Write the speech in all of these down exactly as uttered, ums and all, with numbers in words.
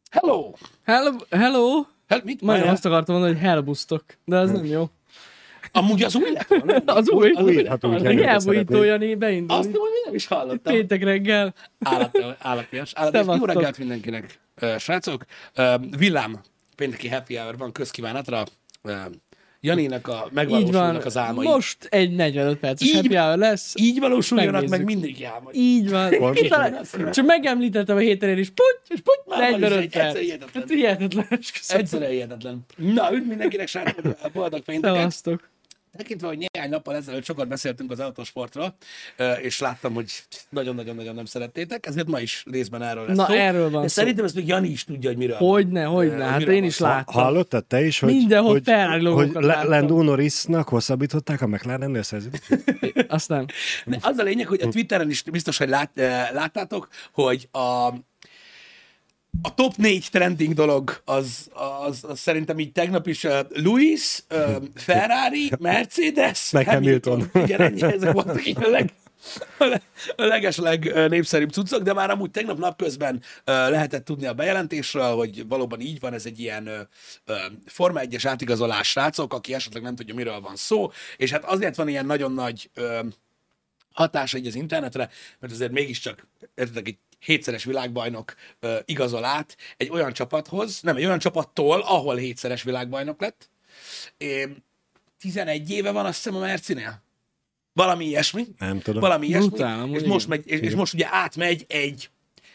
Hello! Hello! Hello! Hel- mit? Majd Várjál. azt akartam mondani, hogy helbusztok, de az nem jó. Amúgy az új lett volna. Az új. Az új Hát lett úgy volna. helyezni Elbújító szeretnék. Jani beindul. Azt nem, hogy nem is hallottam. Péntek reggel. Állati, állatias. Állatias. Jó Szevasztok. reggelt mindenkinek, uh, srácok. Uh, villám, pénteki happy hour van közkívánatra. Uh, Janinak a Így van. megvalósulnak az álmai. Most egy negyvenöt perces Így- happy hour lesz. Így valósuljanak meg Megnézzük. mindig álmai. Így van. Pontosan. Talán- Csak megemlítettem a héten én is. Puty, és puty, Már van is negyvenöt egy, perc. egyszer hihetetlen. Hát hihetetlen. Köszönöm. Egyszerűen hihetetlen. Na, üdv mindenkinek, srácok, boldog pénteket. Szevasztok. Tekintve, hogy néhány nappal ezelőtt sokat beszéltünk az autósportról, ö, és láttam, hogy nagyon-nagyon-nagyon nem szerettétek, ezért ma is részben erről lesz Na, szó. erről van De szó. szerintem ezt még Jani is tudja, hogy miről van. Hogyne, hogyne. Ö, Hát miről én van is szó? láttam. Hallottad te is, hogy, Mindenhol hogy, Ferrari hogy logókat Le- láttam. Lando Norrisnak hosszabbították a McLarennél szerződést? Azt nem. De az a lényeg, hogy a Twitteren is biztos, hogy lát, eh, láttátok, hogy a, a top négy trending dolog az, az, az szerintem így tegnap is uh, Lewis, uh, Ferrari, Mercedes, Meg Hamilton. Igen, ennyi, ezek voltak így a, leg, a, le, a legesleg uh, népszerűbb cuccok, de már amúgy tegnap napközben uh, lehetett tudni a bejelentésről, hogy valóban így van, ez egy ilyen uh, uh, Forma egyes átigazolás, srácok, aki esetleg nem tudja, miről van szó, és hát azért van ilyen nagyon nagy uh, hatása így az internetre, mert azért mégiscsak, értetek, egy hétszeres világbajnok ö, igazol át egy olyan csapathoz, nem, egy olyan csapattól, ahol hétszeres világbajnok lett. É, tizenegy éve van, azt hiszem, a Mercinél. Valami ilyesmi. Nem tudom. Valami ilyesmi. Brutál, amúgy és, most megy, és, és most ugye átmegy egy,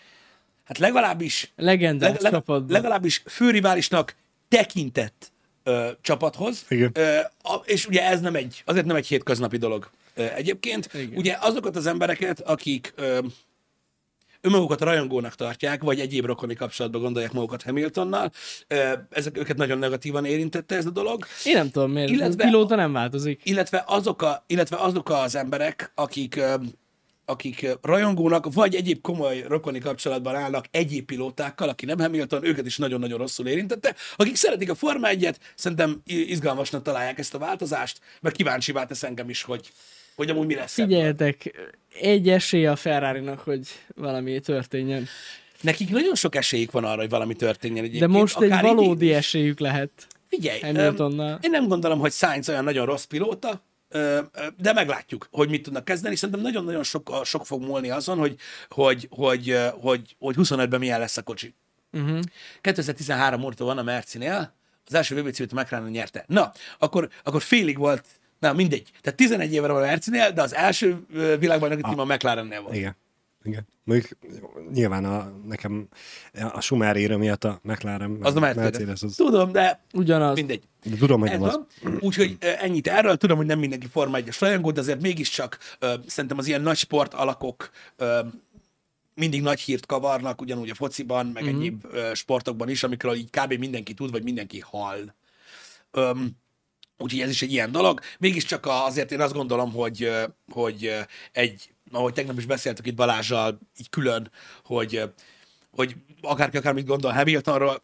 hát legalábbis, Legendás leg, leg, csapatban. legalábbis főriválisnak tekintett ö, csapathoz. Igen. Ö, a, és ugye ez nem egy, azért nem egy hétköznapi dolog ö, egyébként. Igen. Ugye azokat az embereket, akik ö, önmagukat rajongónak tartják, vagy egyéb rokoni kapcsolatban gondolják magukat Hamiltonnal, ö, ezek őket nagyon negatívan érintette ez a dolog. Én nem tudom miért. Illetve- Illetve... A pilóta nem változik. Illetve azok, a, illetve azok az emberek, akik, ö, akik ö, rajongónak, vagy egyéb komoly rokoni kapcsolatban állnak egyéb pilótákkal, aki nem Hamilton, őket is nagyon-nagyon rosszul érintette. Akik szeretik a Forma egyet, szerintem i- izgalmasnak találják ezt a változást, mert kíváncsivá tesz engem is, hogy, hogy amúgy mi lesz ebből. Figyeljetek, egy esély a Ferrarinak, hogy valami történjen. Nekik nagyon sok esélyük van arra, hogy valami történjen De egyébként. most egy akár valódi idén is. esélyük lehet. Figyelj, Hamiltonnal. öm, én nem gondolom, hogy Sainz olyan nagyon rossz pilóta, ö, ö, de meglátjuk, hogy mit tudnak kezdeni. Szerintem nagyon-nagyon sok, sok fog múlni azon, hogy, hogy, hogy, ö, hogy, hogy huszonötben milyen lesz a kocsi. Uh-huh. kétezer-tizenhárom óta van a Mercinél, az első vé bé cé-t a McLaren nyerte. Na, akkor, akkor félig volt, na mindegy. Tehát tizenegy éve van a Mercinél, de az első ö, világbajnoki cím a McLarennél volt. Igen. Igen. Mondjuk nyilván a, nekem a Schumacher éra miatt a McLaren, Az a Mercedes. Mercedes az, Tudom, de Ugyanaz. mindegy. de tudom, hogy Ez nem az. van. Úgyhogy ö, ennyit erről. Tudom, hogy nem mindenki Forma egyes rajongó, de azért mégiscsak ö, szerintem az ilyen nagy sport alakok ö, mindig nagy hírt kavarnak, ugyanúgy a fociban, meg mm-hmm. egyéb ö, sportokban is, amikről így kb. Mindenki tud, vagy mindenki hall. Öm, úgyhogy ez is egy ilyen dolog. Mégiscsak a- azért én azt gondolom, hogy, ö, hogy ö, egy, ahogy tegnap is beszéltük itt Balázsral, így külön, hogy, ö, hogy akárki akármit gondol Hamiltonról,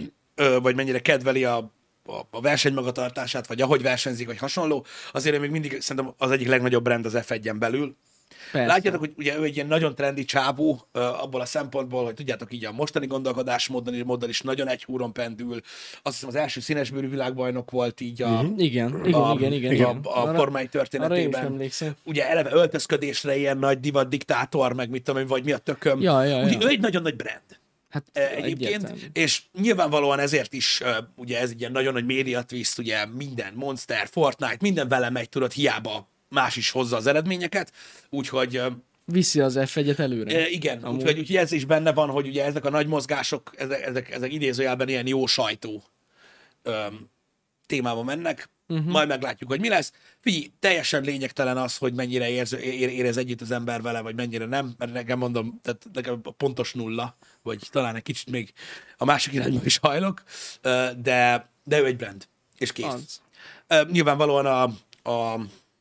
ö, vagy mennyire kedveli a, a, a verseny magatartását, vagy ahogy versenyzik, vagy hasonló, azért én még mindig szerintem az egyik legnagyobb brand az ef egyen belül. Persze. Látjátok, hogy ugye ő egy ilyen nagyon trendi csávó ö, abból a szempontból, hogy tudjátok, így a mostani gondolkodásmódon móddal is nagyon egy húron pendül. Azt hiszem az első színesbőrű világbajnok volt így a, Igen, igen, a, igen, igen. a, igen. a, a Arra- Forma egy Arra én is történetében. emlékszem. Ugye eleve öltözködésre ilyen nagy divat diktátor, meg mit tudom én, vagy mi a tököm. Ja, ja, Ugye ja. ő egy nagyon nagy brand. Hát E, Egyébként, egyértelmű. és nyilvánvalóan ezért is, ö, ugye ez egy ilyen nagyon nagy médiatwiszt, ugye minden Monster, Fortnite, minden vele megy, tudod, hiába más is hozza az eredményeket, úgyhogy ö, Viszi az ef egyet előre. e, igen, Amúgy. úgyhogy, úgyhogy ez is benne van, hogy ugye ezek a nagy mozgások, ezek, ezek, ezek idézőjelben ilyen jó sajtó ö, témában mennek, uh-huh. Majd meglátjuk, hogy mi lesz. Figyelj, teljesen lényegtelen az, hogy mennyire érz, ér, érez együtt az ember vele, vagy mennyire nem, mert nekem mondom, tehát nekem a pontos nulla, vagy talán egy kicsit még a másik irányba is hajlok, ö, de, de ő egy brand, és kész. Az. Ö, Nyilvánvalóan a, a,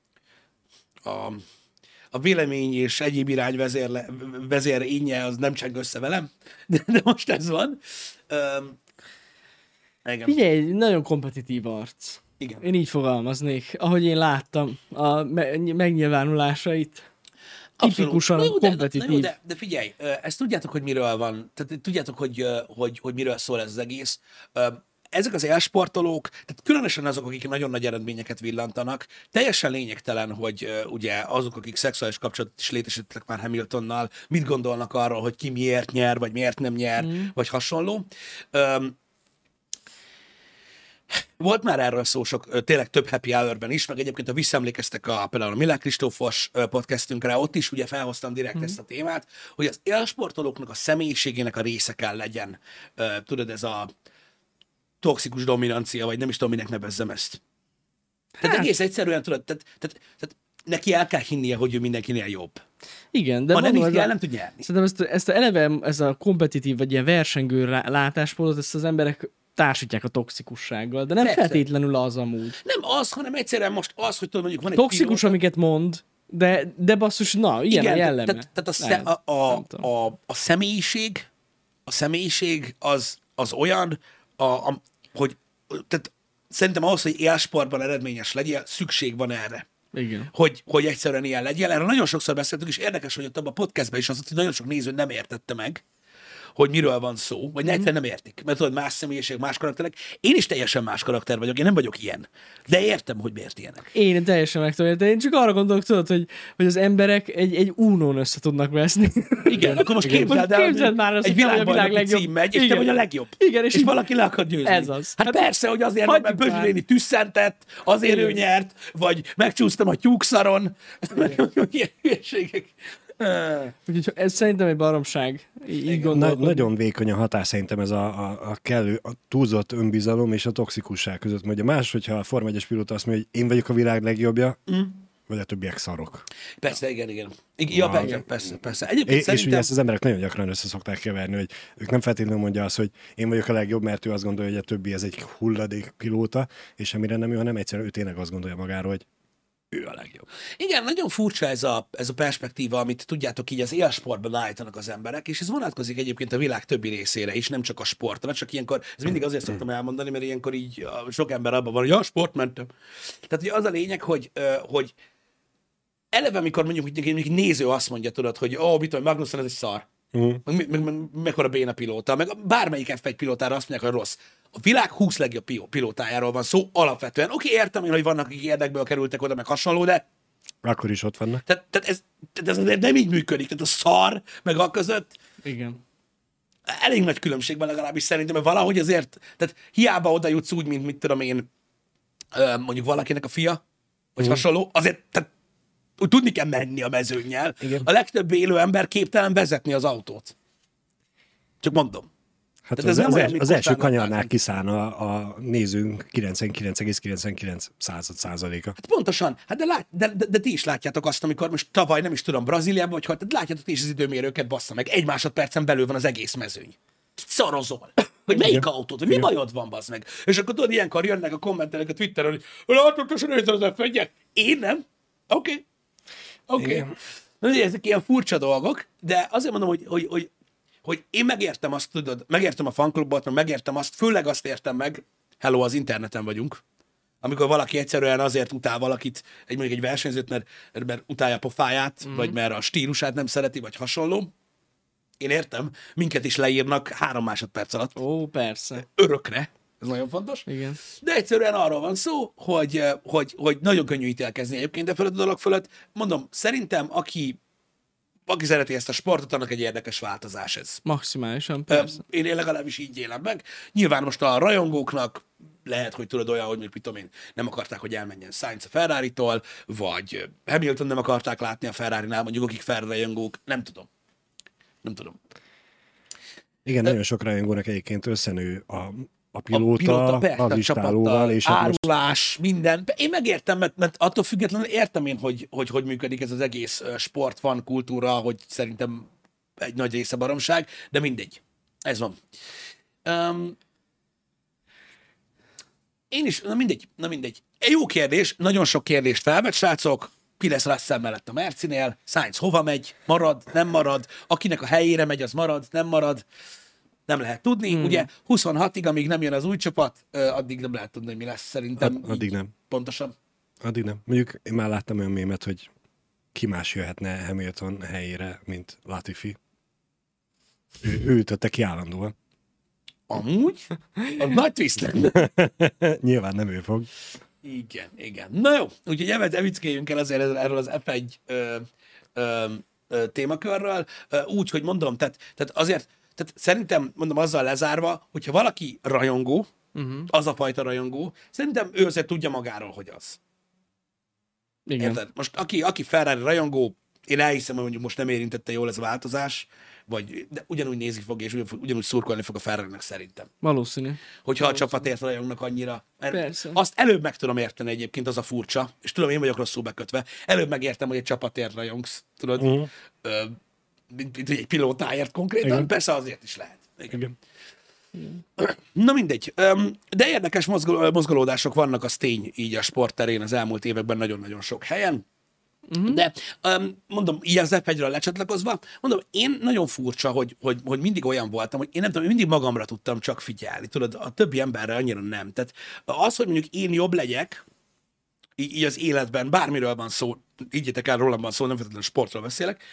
a, a vélemény és egyéb irány vezér, vezérénye az nem cseng össze velem, de, de most ez van. Ö, igen. Figyelj, nagyon kompetitív arc. Igen. Én így fogalmaznék, ahogy én láttam a me- megnyilvánulásait. tipikusan Na jó, de, kompetitív. na jó, de, de figyelj, ö, ezt tudjátok, hogy miről van, tehát tudjátok, hogy, ö, hogy, hogy miről szól ez az egész. Ö, Ezek az élsportolók, tehát különösen azok, akik nagyon nagy eredményeket villantanak, teljesen lényegtelen, hogy ö, ugye azok, akik szexuális kapcsolatot is létesítettek már Hamiltonnal, mit gondolnak arról, hogy ki miért nyer, vagy miért nem nyer, mm. vagy hasonló. Ö, Volt már erről szó sok, tényleg több happy hour-ben is, meg egyébként, ha visszaemlékeztek a, például a Milák Kristófos podcastünkre, ott is ugye felhoztam direkt mm. ezt a témát, hogy az élsportolóknak a személyiségének a része kell legyen. Tudod, ez a toxikus dominancia, vagy nem is tudom, minek nevezzem ezt. Tehát Hát. egész egyszerűen, tudod, tehát, tehát, tehát neki el kell hinnie, hogy ő mindenkinél jobb. Igen, de Ha nem mondom, így ez el, a- nem tud nyerni. Szerintem ezt, ezt a eleve, ez a kompetitív, vagy ilyen versengő rá- látásmódot, ezt az emberek társítják a toxikussággal, de nem Persze. feltétlenül az amúgy. Nem az, hanem egyszerűen most az, hogy tudod, mondjuk van egy Toxikus, pilóta- amiket mond, de, de basszus, na, ilyen Igen, a jelleme. Tehát, tehát a, Lehet. sze, a, Nem a, tudom. a, a személyiség, a személyiség az, az olyan, a, a, hogy tehát szerintem ahhoz, hogy élsportban eredményes legyél, szükség van erre. Igen. Hogy, hogy egyszerűen ilyen legyél. Erről nagyon sokszor beszéltünk, és érdekes, hogy ott abban a podcastben is az, hogy nagyon sok néző nem értette meg, hogy miről van szó, vagy mm-hmm. egyszerűen nem értik. Mert tudod, más személyiség, más karakterek. Én is teljesen más karakter vagyok, én nem vagyok ilyen. De értem, hogy miért ilyenek. Én teljesen meg tudom érteni. Én csak arra gondolok, tudod, hogy, hogy az emberek egy, egy unón össze tudnak veszni. Igen, akkor most képzeld el, Képzeld már azt, egy hogy te vagy a világbajnoki világ legjobb. cím megy, és te Igen. vagy a legjobb. Igen, és, és és így- valaki le akar győzni. Ez az. Hát, Hát persze, hogy azért, mert hagyjuk már. Bözsöléni tüsszentett, azért Igen. ő nyert, vagy megcsúsztam a tyúkszaron, ilyen hülyeségek. Úgyhogy ez szerintem egy baromság. Így így Na, gondolkodni. nagyon vékony a hatás szerintem ez a, a, a kellő, a túlzott önbizalom és a toxikusság között. Mondja más, hogyha a Forma egyes pilóta azt mondja, hogy én vagyok a világ legjobbja, mm. vagy a többiek szarok. Persze, igen, igen. igen ja, persze, persze, persze. Egyébként És, és szerintem... ugye ezt az emberek nagyon gyakran össze szokták keverni, hogy ők nem feltétlenül mondja azt, hogy én vagyok a legjobb, mert ő azt gondolja, hogy a többi ez egy hulladék pilóta, és semmire nem ő, hanem egyszerűen ő tényleg azt gondolja magáról, hogy ő a legjobb. Igen, nagyon furcsa ez a, ez a perspektíva, amit tudjátok így az élsportban állítanak az emberek, és ez vonatkozik egyébként a világ többi részére is, nem csak a sportra, csak ilyenkor, ez mindig azért szoktam elmondani, mert ilyenkor így a, sok ember abban van, hogy ja, sportmentem. Tehát ugye az a lényeg, hogy, ö, hogy eleve, amikor mondjuk hogy egy néző azt mondja, tudod, hogy ó, oh, mit tudom, Magnussen ez egy szar, Uh-huh. meg, meg, meg, meg mekkora béna pilóta, meg bármelyik ef egy pilótára azt mondják, hogy rossz. A világ húsz legjobb piló- pilótájáról van szó alapvetően. Oké, okay, értem én, hogy vannak, akik érdekből kerültek oda, meg hasonló, de Akkor is ott vannak. tehát, tehát, ez, tehát ez azért nem így működik. Tehát a szar, meg a között Igen. elég nagy különbség van legalábbis szerintem, mert valahogy azért, tehát hiába oda jutsz úgy, mint mit tudom én, ö, mondjuk valakinek a fia, vagy Mhm. hasonló, azért tehát, úgy tudni kell menni a mezőnnyel. Igen. A legtöbb élő ember képtelen vezetni az autót. Csak mondom. Hát Tehát az, ez nem az, olyan, els, mint az első kosárlabdában. kanyarnál kiszáll a, a nézőnk kilencvenkilenc egész kilencvenkilenc század százaléka. Hát pontosan. Hát de, lát, de, de, de, ti is látjátok azt, amikor most tavaly, nem is tudom, Brazíliában, vagy hogy, tehát látjátok ti is az időmérőket, bassza meg. Egy másodpercen belül van az egész mezőny. Szarozol. Hogy melyik Igen. autót, hogy mi bajod van, bazd meg. És akkor tudod, ilyenkor jönnek a kommentelek a Twitteren, hogy látod, hogy nézd az ef egyet. Én nem. Oké. Okay. Oké. Igen. Okay. Ezek ilyen furcsa dolgok, de azért mondom, hogy, hogy, hogy, hogy én megértem azt, tudod, megértem a fanklubot, meg megértem azt, főleg azt értem meg, hello, az interneten vagyunk, amikor valaki egyszerűen azért utál valakit, egy mondjuk egy versenyzőt, mert, mert utálja a pofáját, mm. vagy mert a stílusát nem szereti, vagy hasonló. Én értem, minket is leírnak három másodperc alatt, Ó, persze. örökre, ez nagyon fontos. Igen. De egyszerűen arról van szó, hogy, eh, hogy, hogy nagyon könnyű ítélkezni egyébként de fölött a dolog fölött. Mondom, szerintem aki, aki szereti ezt a sportot, annak egy érdekes változás ez. Maximálisan, Ö, persze. Én, én legalábbis így élem meg. Nyilván most a rajongóknak lehet, hogy tudod olyan, hogy mit tudom én, nem akarták, hogy elmenjen Sainz a Ferrari-tól, vagy Hamilton nem akarták látni a Ferrari-nál, mondjuk akik Ferrari rajongók, nem tudom. Nem tudom. Igen, nagyon sok rajongónak egyébként összenő a, a pilóta, a pilóta, persze, a a listálóval, csapattal, és hát most árulás, minden. Én megértem, mert, mert attól függetlenül értem én, hogy, hogy hogy működik ez az egész ö, sport, fan kultúra, hogy szerintem egy nagy része baromság, de mindegy. Ez van. Um, én is, na mindegy, na mindegy. Egy jó kérdés, nagyon sok kérdést felvet, srácok. Ki lesz Russell mellett a Mercinél? Sainz hova megy? Marad? Nem marad? Akinek a helyére megy, az marad? Nem marad? Nem lehet tudni. Hmm. Ugye huszonhatig, amíg nem jön az új csapat, addig nem lehet tudni, hogy mi lesz szerintem. Ad- addig így nem. Pontosan. Addig nem. Mondjuk én már láttam olyan mémet, hogy ki más jöhetne Hamilton helyére, mint Latifi. Ő, ő ütötte ki állandóan. Amúgy? Az nagy twist lenne. Nyilván nem ő fog. Igen, igen. Na jó, úgyhogy evet, evickéljünk el azért erről az ef egy ö, ö, ö, témakörről, ö, úgy, hogy mondom, tehát, tehát azért, tehát szerintem, mondom, azzal lezárva, hogyha valaki rajongó, uh-huh. az a fajta rajongó, szerintem ő azért tudja magáról, hogy az. Igen. Érted? Most aki, aki Ferrari rajongó, én elhiszem, hogy mondjuk most nem érintette jól ez a változás, vagy de ugyanúgy nézni fog, és ugyanúgy, ugyanúgy szurkolni fog a Ferrarinek szerintem. Valószínű. Hogyha a csapatért rajongnak annyira. Persze. Azt előbb meg tudom érteni egyébként, az a furcsa, és tudom, én vagyok rosszul bekötve, előbb megértem, hogy egy csapatért rajongsz, tudod, uh-huh. ö, mint, mint egy pilótáért konkrétan, igen. Persze azért is lehet. Igen. Igen. Na mindegy. De érdekes mozgol- mozgolódások vannak, az tény így a sportterén az elmúlt években nagyon-nagyon sok helyen. Uh-huh. De mondom, így az ef egyről lecsatlakozva, mondom, én nagyon furcsa, hogy, hogy, hogy mindig olyan voltam, hogy én nem tudom, mindig magamra tudtam csak figyelni. Tudod, a többi emberre annyira nem. Tehát az, hogy mondjuk én jobb legyek, így, így az életben, bármiről van szó, ígyétek el, rólam van szó, nem feltétlenül sportról beszélek,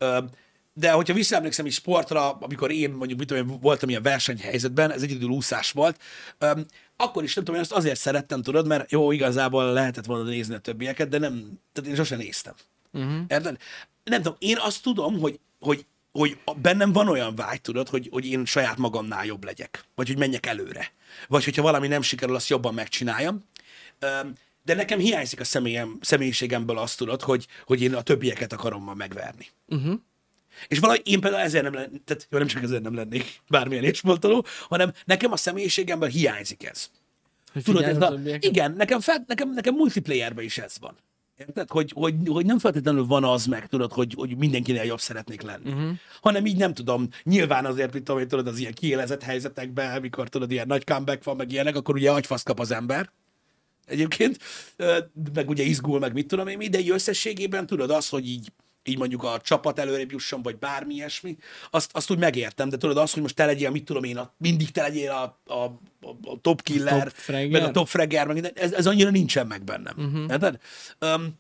de hogyha visszaemlékszem is sportra, amikor én mondjuk mit tudom, voltam ilyen versenyhelyzetben, ez egyedül úszás volt, um, akkor is nem tudom, én azt azért szerettem, tudod, mert jó, igazából lehetett volna nézni a többieket, de nem, tehát én sosem néztem. Uh-huh. Érted? Nem tudom, én azt tudom, hogy, hogy, hogy bennem van olyan vágy, tudod, hogy, hogy én saját magamnál jobb legyek, vagy hogy menjek előre. Vagy hogyha valami nem sikerül, azt jobban megcsináljam. Um, de nekem hiányzik a személyem, személyiségemből azt, tudod, hogy, hogy én a többieket akarom ma megverni. Uh-huh. És valahogy én például ezért nem lennék, tehát jó, nem csak ezért nem lennék bármilyen ésportoló, hanem nekem a személyiségemből hiányzik ez. Tudod, ez a, igen, nekem, fel, nekem, nekem multiplayerben is ez van. Érted? Hogy, hogy, hogy nem feltétlenül van az meg, tudod, hogy, hogy mindenkinél jobb szeretnék lenni. Uh-huh. Hanem így nem tudom, nyilván azért, mint tudom, hogy tudod, az ilyen kiélezett helyzetekben, amikor tudod, ilyen nagy comeback van, meg ilyenek, akkor ugye agyfasz kap az ember. Egyébként, meg ugye izgul, meg mit tudom én mi, de így összességében tudod az, hogy így így mondjuk a csapat előrébb jusson, vagy bármi ilyesmi, azt, azt úgy megértem, de tudod, az, hogy most te legyél, mit tudom én, a, mindig te legyél a, a, a, a top killer, top meg a top fragger, meg ez, ez annyira nincsen meg bennem. Uh-huh. Érted? Um,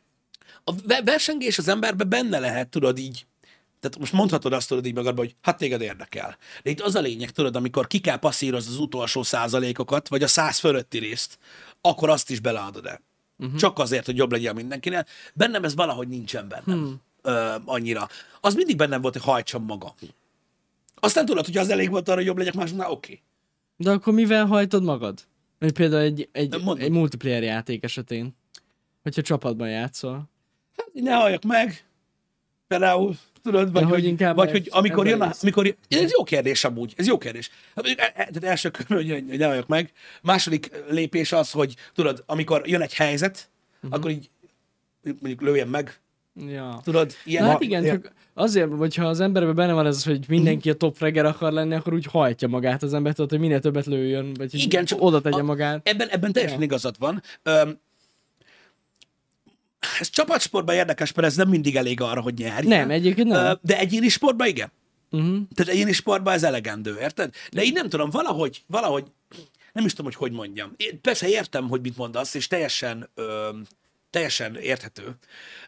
a versengés az emberben benne lehet, tudod így, tehát most mondhatod azt, tudod így magadban, hogy hát téged érdekel. De itt az a lényeg, tudod, amikor ki kell passzírozni az utolsó százalékokat, vagy a száz fölötti részt, akkor azt is beleadod-e. Uh-huh. Csak azért, hogy jobb legyen mindenkinél. Bennem ez valahogy nincsen bennem hmm. ö, annyira. Az mindig bennem volt, hogy hajtsam magam. Aztán tudod, hogy az elég volt arra, hogy jobb legyek másnál, oké. Okay. De akkor mivel hajtod magad? Vagy például egy, egy, egy multiplayer játék esetén. Hogyha csapatban játszol. Hát, ne halljak meg. Például, tudod, vagy, hogy, hogy, vagy hogy amikor jön, a, amikor jön, ez jó kérdés amúgy, ez jó kérdés. Tehát első körül, hogy ne halljak meg. Második lépés az, hogy tudod, amikor jön egy helyzet, uh-huh. akkor így mondjuk lőjem meg. Ja. Tudod, ilyen... Na, hát igen, ja. Csak azért, hogyha az emberben benne van ez, hogy mindenki a top fragger akar lenni, akkor úgy hajtja magát az ember, tudod, hogy minél többet lőjön, vagy igen, csak oda tegye a, magát. Ebben, ebben teljesen ja. igazad van. Um, ez csapatsportban érdekes, mert ez nem mindig elég arra, hogy nyerj. Nem, egyébként nem. De egyéni sportban igen. Uh-huh. Tehát egyéni sportban ez elegendő, érted? De így nem tudom, valahogy, valahogy, nem is tudom, hogy hogy mondjam. Én persze értem, hogy mit mondasz, és teljesen, ö, teljesen érthető.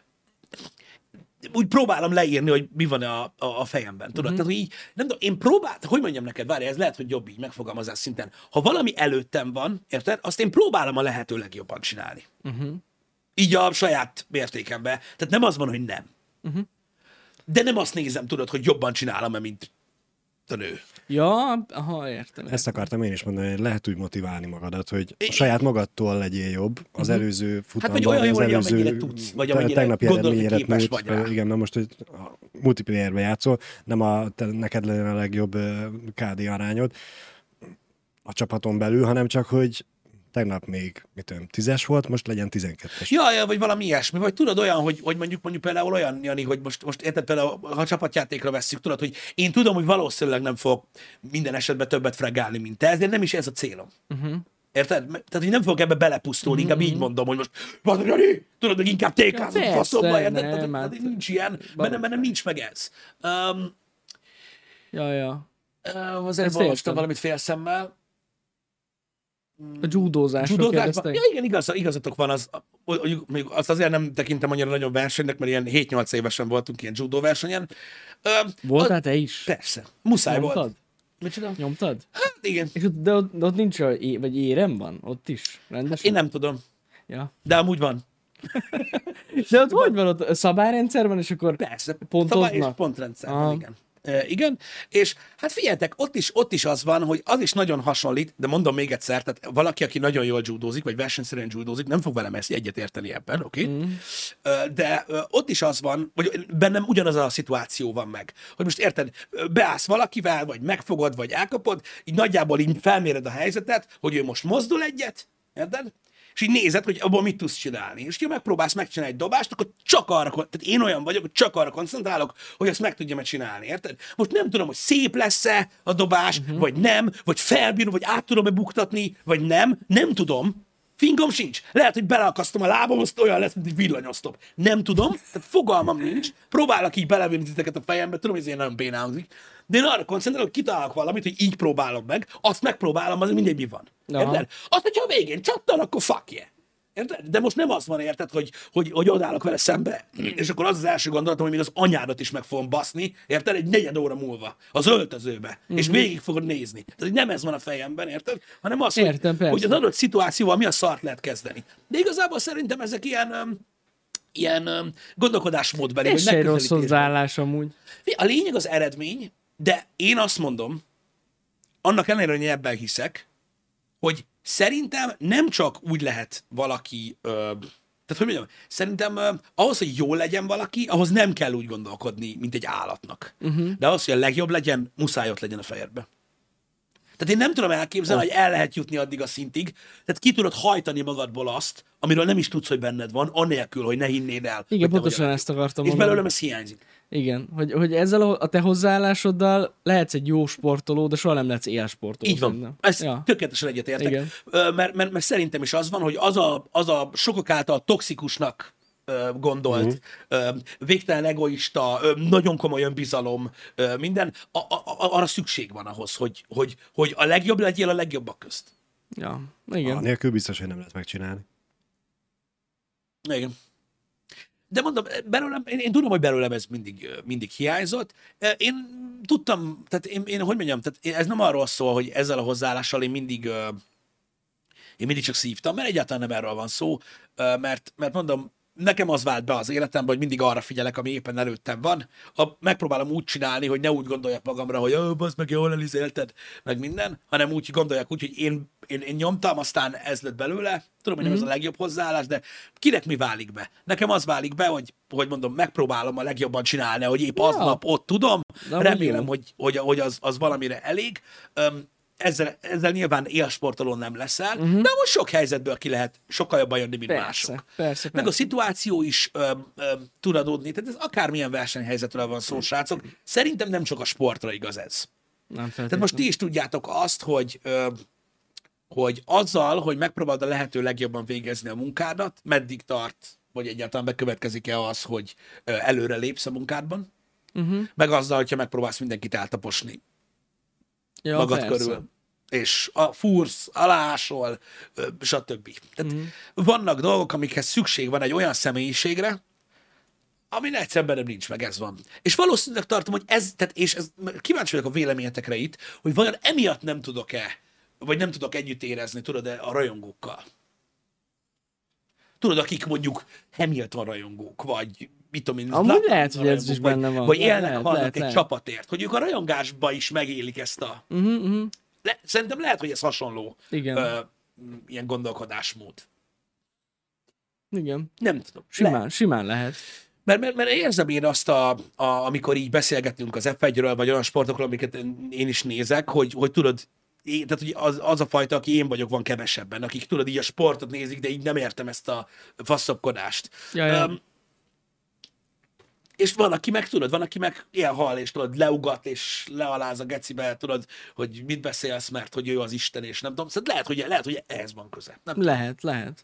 Úgy próbálom leírni, hogy mi van a, a, a fejemben, tudod? Uh-huh. Tehát, hogy így, nem tudom, én próbáltam, hogy mondjam neked, várj, ez lehet, hogy jobb így megfogalmazás szinten. Ha valami előttem van, érted? Azt én próbálom a lehető legjobban csinálni. Uh-huh. Így a saját mértékemben. Tehát nem az van, hogy nem. Uh-huh. De nem azt nézem, tudod, hogy jobban csinálom-e, mint a nő. Ja, aha, értem. Ezt akartam én is mondani, hogy lehet úgy motiválni magadat, hogy a saját magadtól legyél jobb az uh-huh. előző futamban. Hát vagy olyan jól, az előző, amennyire tudsz, vagy amennyire tegnapi gondolni képes múlt, vagy rá. Igen, na most, hogy a multiplayerbe játszol, nem a, te, neked legyen a legjobb ká dé arányod a csapaton belül, hanem csak, hogy tegnap még, mit tudom, tízes volt, most legyen tizenkettes. Ja, ja, vagy valami ilyesmi. Vagy tudod olyan, hogy, hogy mondjuk, mondjuk például olyan, Jani, hogy most, most érted például, ha csapatjátékra vesszük, tudod, hogy én tudom, hogy valószínűleg nem fog minden esetben többet fregálni, mint te, ezért nem is ez a célom. Uh-huh. Érted? Tehát, hogy nem fogok ebbe belepusztulni, uh-huh. inkább így mondom, hogy most, Jani, tudod, hogy inkább tékázom ja, faszomba, érted? Nem, tehát, hát, nincs ilyen, bennem, bennem nincs meg ez. Um, ja, ja. Uh, azért olvastam valamit félszemmel. A judózásról Judózásban. kérdeztek. Ja, igen, igaz, igazatok van, az, mondjuk azt azért nem tekintem annyira nagyon versenynek, mert ilyen hét-nyolc évesen voltunk ilyen judó versenyen. Ö, Voltál a- te is? Persze, muszáj Nyomtad? volt. Micsoda? Nyomtad? Hát igen, És ott, de ott, de ott nincs, a, é- vagy érem van? Ott is? Rendesen? én nem tudom, Ja. de amúgy van. De ott hogy van? Ott szabályrendszer van, és akkor Persze, pontoznak? szabály és pontrendszer van, Aha. igen. E, igen, és hát figyeljetek, ott is, ott is az van, hogy az is nagyon hasonlít, de mondom még egyszer, tehát valaki, aki nagyon jól judózik, vagy versenyszerűen judózik, nem fog velem ezt egyet érteni ebben, oké? Okay? Mm. De ö, ott is az van, hogy bennem ugyanaz a szituáció van meg. Hogy most érted, ö, beállsz valakivel, vagy megfogod, vagy elkapod, így nagyjából így felméred a helyzetet, hogy ő most mozdul egyet, érted? És így nézed, hogy abból mit tudsz csinálni. És ha megpróbálsz megcsinálni egy dobást, akkor csak arra, tehát én olyan vagyok, hogy csak arra koncentrálok, hogy azt meg tudjam csinálni, érted? Most nem tudom, hogy szép lesz-e a dobás, uh-huh. vagy nem, vagy felbírom, vagy át tudom-e buktatni, vagy nem, nem tudom. Fingom sincs. Lehet, hogy beleakasztom a lábam, azt olyan lesz, mint egy villanyosztop. Nem tudom, tehát fogalmam nincs. Próbálok így belevinni titeket a fejembe, tudom, hogy ez ilyen nagyon bénán hangzik. De én arra koncentrálok, hogy kitalálok valamit, hogy így próbálom meg, azt megpróbálom, az mindegy mi van. Érted? Azt, hogyha a végén csattan, akkor fuck yeah. Érted? De most nem az van, érted, hogy, hogy, hogy odállok vele szembe, és akkor az az első gondolatom, hogy még az anyádat is meg fogom baszni, érted? Egy negyed óra múlva, az öltözőbe, mm-hmm. és végig fogod nézni. Tehát nem ez van a fejemben, érted? Hanem az, Értem, hogy, hogy az adott szituációval mi a szart lehet kezdeni. De igazából szerintem ezek ilyen, um, ilyen um, gondolkodásmódbeli, És vagy egy rossz megközelítésbeli. hozzáállás amúgy. A lényeg az eredmény, de én azt mondom, annak ellenére, hogy én ebben hiszek, hogy szerintem nem csak úgy lehet valaki, ö, tehát hogy mondjam, szerintem ö, ahhoz, hogy jól legyen valaki, ahhoz nem kell úgy gondolkodni, mint egy állatnak. Uh-huh. De ahhoz, hogy a legjobb legyen, muszáj ott legyen a fejedbe. Tehát én nem tudom elképzelni, oh. hogy el lehet jutni addig a szintig, tehát ki tudod hajtani magadból azt, amiről nem is tudsz, hogy benned van, anélkül, hogy ne hinnéd el. Igen, pontosan ezt akartam És mondani. belőlem ez hiányzik. Igen, hogy, hogy ezzel a, a te hozzáállásoddal lehetsz egy jó sportoló, de soha nem lehetsz élsportoló. Így van. Szerintem. Ezt Ja. tökéletesen egyetértek. Igen. Ö, Mert, mert, mert szerintem is az van, hogy az a, az a sokak által toxikusnak ö, gondolt, Mhm. ö, végtelen egoista, ö, nagyon komoly önbizalom, ö, minden, a, a, a, arra szükség van ahhoz, hogy, hogy, hogy a legjobb legyél a legjobbak közt. Ja, igen. Anélkül biztos, hogy nem lehet megcsinálni. Igen. De mondom, belőlem, én, én tudom, hogy belőlem ez mindig, mindig hiányzott. Én tudtam, tehát én, én hogy mondjam, tehát én- ez nem arról szól, hogy ezzel a hozzáállással én mindig, ö, én mindig csak szívtam, mert egyáltalán nem erről van szó, ö, mert, mert mondom, nekem az vált be az életemben, hogy mindig arra figyelek, ami éppen előttem van. A, megpróbálom úgy csinálni, hogy ne úgy gondoljak magamra, hogy oh, bazd meg, jól elizélted, meg minden, hanem úgy gondoljak úgy, hogy én, én, én nyomtam, aztán ez lett belőle. Tudom, hogy nem ez a legjobb hozzáállás, de kinek mi válik be? Nekem az válik be, hogy, hogy mondom, megpróbálom a legjobban csinálni, hogy épp Ja. aznap ott tudom. De amúgy Remélem, jó. hogy, hogy, hogy az, az valamire elég. Öm, ezzel, ezzel nyilván élsportoló nem leszel, uh-huh. de most sok helyzetből ki lehet sokkal jobban jönni, mint Persze, mások. persze, persze. Meg a szituáció is öm, öm, tud adódni, tehát ez akármilyen versenyhelyzetről van szó, srácok. Szerintem nem csak a sportra igaz ez. Nem Tehát most ti is tudjátok azt, hogy, öm, hogy azzal, hogy megpróbálod a lehető legjobban végezni a munkádat, meddig tart, vagy egyáltalán bekövetkezik-e az, hogy ö, előre lépsz a munkádban, Uh-huh. meg azzal, hogyha megpróbálsz mindenkit eltaposni Ja, magad persze. körül. És a fúrsz, alásol, ö, stb. Tehát Mhm. vannak dolgok, amikhez szükség van egy olyan személyiségre, ami egyszerűen nincs meg, ez van. És valószínűleg tartom, hogy ez, tehát és ez, kíváncsi vagyok a véleményetekre itt, hogy vajon emiatt nem tudok-e, vagy nem tudok együtt érezni, tudod-e, a rajongókkal. Tudod, akik mondjuk Hamilton rajongók, vagy mit tudom én, Amúgy Zlatan lehet, hogy ez rajongók, is benne van. Vagy Lehet, élnek, lehet, halnak lehet, egy lehet. csapatért, hogy ők a rajongásba is megélik ezt a... Uh-huh, uh-huh. Le, szerintem lehet, hogy ez hasonló Igen. ö, ilyen gondolkodásmód. Igen. Nem tudom. Simán, Le, simán lehet. mert, mert, mert érzem én azt, a, a, amikor így beszélgetünk az ef egyről, vagy olyan sportokról, amiket én is nézek, hogy, hogy tudod, én, tehát hogy az, az a fajta, aki én vagyok, van kevesebben, akik tudod, így a sportot nézik, de így nem értem ezt a faszopkodást. Ja, ja. Um, és van, aki meg tudod, van, aki meg ilyen hal, és tudod, leugat, és lealáz a gecibe, tudod, hogy mit beszélsz, mert hogy ő az Isten, és nem tudom. Szóval lehet, hogy, lehet, hogy ehhez van köze. Nem Lehet, lehet.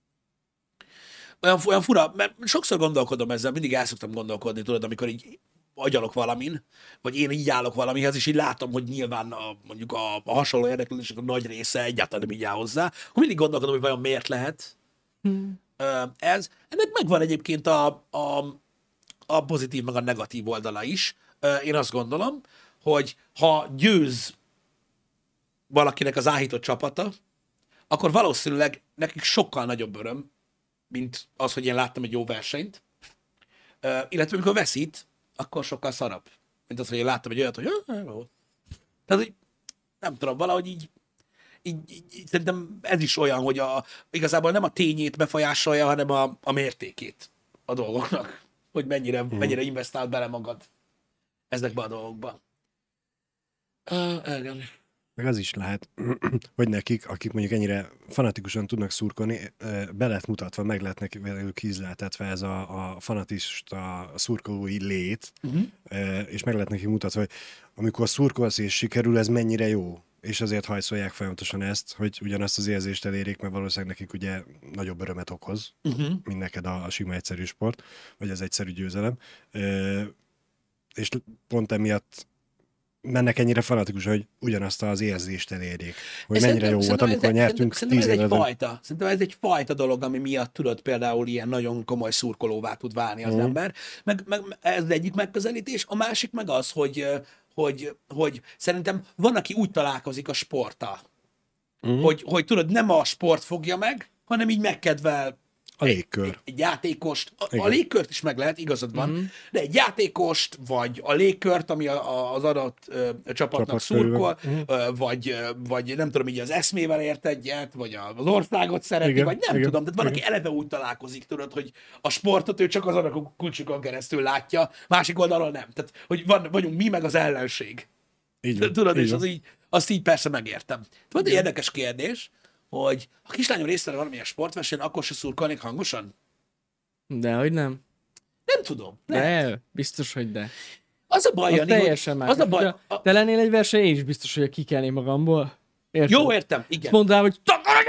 olyan, olyan fura, mert sokszor gondolkodom ezzel, mindig el szoktam gondolkodni, tudod, amikor így agyalok valamin, vagy én így állok valamihez, és így látom, hogy nyilván a, mondjuk a, a hasonló érdeklődések a nagy része egyáltalán nem így áll hozzá, akkor mindig gondolkodom, hogy vajon miért lehet hmm. ez. Ennek megvan egyébként a, a, a pozitív, meg a negatív oldala is. Én azt gondolom, hogy ha győz valakinek az áhított csapata, akkor valószínűleg nekik sokkal nagyobb öröm, mint az, hogy én láttam egy jó versenyt. Uh, illetve amikor veszít, akkor sokkal szarabb, mint az, hogy én láttam egy olyat, hogy jó. Tehát, hogy nem tudom, valahogy így, így, így, így szerintem ez is olyan, hogy a, igazából nem a tényét befolyásolja, hanem a, a mértékét a dolgoknak, hogy mennyire, hmm. mennyire investál bele magad ezekbe a dolgokba. Uh, igen. Meg az is lehet, hogy nekik, akik mondjuk ennyire fanatikusan tudnak szurkolni, be lehet mutatva, meg lehet neki velük ízleltetve ez a, a fanatista szurkolói lét, uh-huh. és meg lehet neki mutatva, hogy amikor szurkolsz és sikerül, ez mennyire jó. És azért hajszolják folyamatosan ezt, hogy ugyanazt az érzést elérjék, mert valószínűleg nekik ugye nagyobb örömet okoz, uh-huh. mint neked a, a sima egyszerű sport, vagy az egyszerű győzelem. És pont emiatt mennek ennyire fanatikus, hogy ugyanazt az érzést elérjék. Hogy mennyire szerintem, jó volt, amikor ez, nyertünk tíz ez egy fajta, Szerintem ez egy fajta dolog, ami miatt tudod például ilyen nagyon komoly szurkolóvá tud válni az mm. ember. Meg, meg ez egyik megközelítés. A másik meg az, hogy, hogy, hogy szerintem van, aki úgy találkozik a sporttal, mm. hogy, hogy tudod, nem a sport fogja meg, hanem így megkedvel a légkör. Egy, egy játékost, a, a légkört is meg lehet, igazad van, mm-hmm. de egy játékost, vagy a légkört, ami a, a, az adott ö, csapatnak Csapat szurkol, mm-hmm. ö, vagy, ö, vagy nem tudom, így az eszmével ért egyet, vagy az országot szereti, igen, vagy nem igen, tudom. Tehát van, igen. aki eleve úgy találkozik, tudod, hogy a sportot ő csak az annak kulcsukon keresztül látja, másik oldalról nem. Tehát, hogy van, vagyunk mi, meg az ellenség. Így van, tudod, így és van. az így, azt így persze megértem. Van egy érdekes kérdés, hogy ha kislányom részt venne valamilyen sportversenyen, akkor se szurkolnék hangosan? Dehogy nem. Nem tudom. Lehet. De, biztos, hogy de. Az a baj, az Jani, teljesen hogy... más. Az a baj... A... Te lennél egy verseny, én is biztos, hogy kikelnék magamból. Érted? Jó, értem, igen. Mondd rá, hogy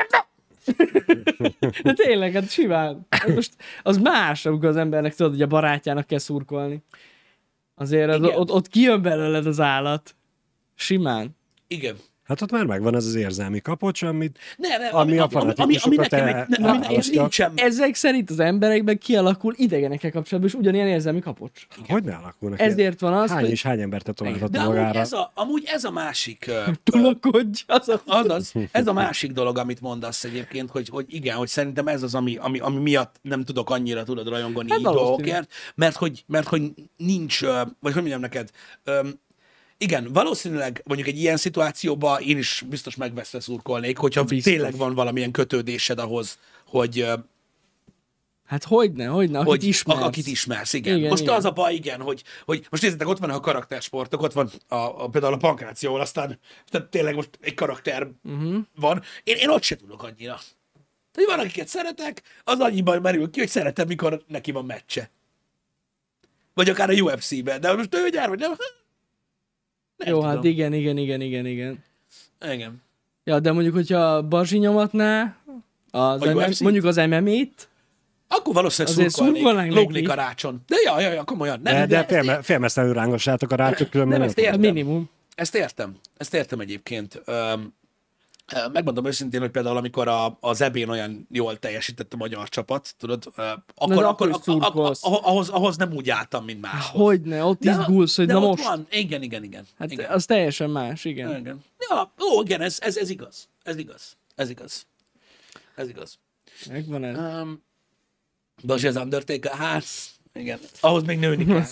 de tényleg, hát simán. Most az más, amikor az embernek tudod, hogy a barátjának kell szurkolni. Azért az, ott, ott kijön belőled az állat. Simán. Igen. Hát ott már megvan ez az érzelmi kapocs, amit, ne, ne, ami, ami a fanatikusokat elválasztja. Ezek szerint az emberekben kialakul idegenekkel kapcsolatban, és ugyanilyen érzelmi kapocs. Hogy ne alakulnak? Ezért van az, hány hogy... és hány embert tetoválhatott de magára? amúgy ez, a, amúgy ez a másik... Tulakodj! Az a... Azaz, ez a másik dolog, amit mondasz egyébként, hogy, hogy igen, hogy szerintem ez az, ami, ami, ami miatt nem tudok annyira tudod rajongani hát így dolgokért, mert hogy, mert hogy nincs, vagy hogy mondjam neked, igen, valószínűleg mondjuk egy ilyen szituációban én is biztos megveszve szurkolnék, hogyha biztos. Tényleg van valamilyen kötődésed ahhoz, hogy... Hát hogyne, hogyne, akit hogy, ismersz. Akit ismersz, igen. igen most igen. az a baj, igen, hogy, hogy most nézzétek, ott van a karaktersportok, ott van a, a, például a pankráció, ahol aztán tehát tényleg most egy karakter uh-huh. van. Én, én ott se tudok annyira. Tehát van, akiket szeretek, az annyiban merül ki, hogy szeretem, mikor neki van meccse. Vagy akár a U F C-ben, de most ő gyár, vagy nem... Nem Jó, tudom. hát igen, igen, igen, igen, igen. Igen. Ja, de mondjuk, hogyha Bazsi nyomatná, az em em, mondjuk az em em á-t, akkor valószínűleg szurkolnék, lógnék a rácson. De ja, ja, ja, komolyan. Nem, de de, de félme, félmeztelenül rángassátok a rácsot, különben nem, ezt értem. Minimum. Ezt értem. Ezt értem egyébként. Öm, megmondom őszintén, hogy például amikor a, az é bén olyan jól teljesített a magyar csapat, tudod, akkor, akkor, akkor, akkor ahhoz, ahhoz nem úgy álltam, mint máshoz. Hogyne, ott izgulsz, hogy de na ott most. Van. Igen, igen, igen. Hát igen. az teljesen más, igen. igen. Ja, ó, igen, ez, ez, ez igaz. Ez igaz. Ez igaz. Ez igaz. Megvan ez. Um, Bazsi az Undertaker, hát igen, ahhoz még nőni kell.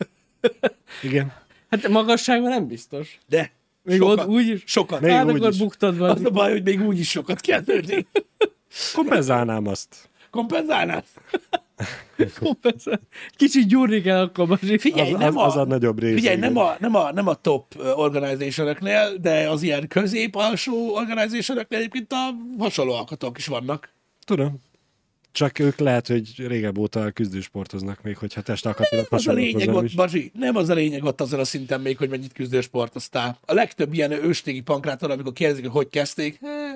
Igen. Hát magasságban nem biztos. De még sokat, ott úgy is. Sokat. Még hát úgy akkor is. buktad van. Az a baj, hogy még úgy is sokat kell nőni. Kompenzálnám azt. Kompenzálnád? Kompenzál. Kicsit gyúrni kell akkor, Bazsi. Figyelj, az, nem az, a, az a nagyobb rész. Figyelj, nem a, nem, a, nem a top organizációknél, de az ilyen közép-alsó organizációknél egyébként a hasonló alkatók is vannak. Tudom. Csak ők lehet, hogy régebb óta küzdősportoznak még, hogyha testalkatilag az a lényeg ott, is. Bazsi, nem az a lényeg ott azon a szinten még, hogy mennyit küzdősportoztál. A legtöbb ilyen őstégi pankrátor, amikor kérdezik, hogy hogy kezdték, hát...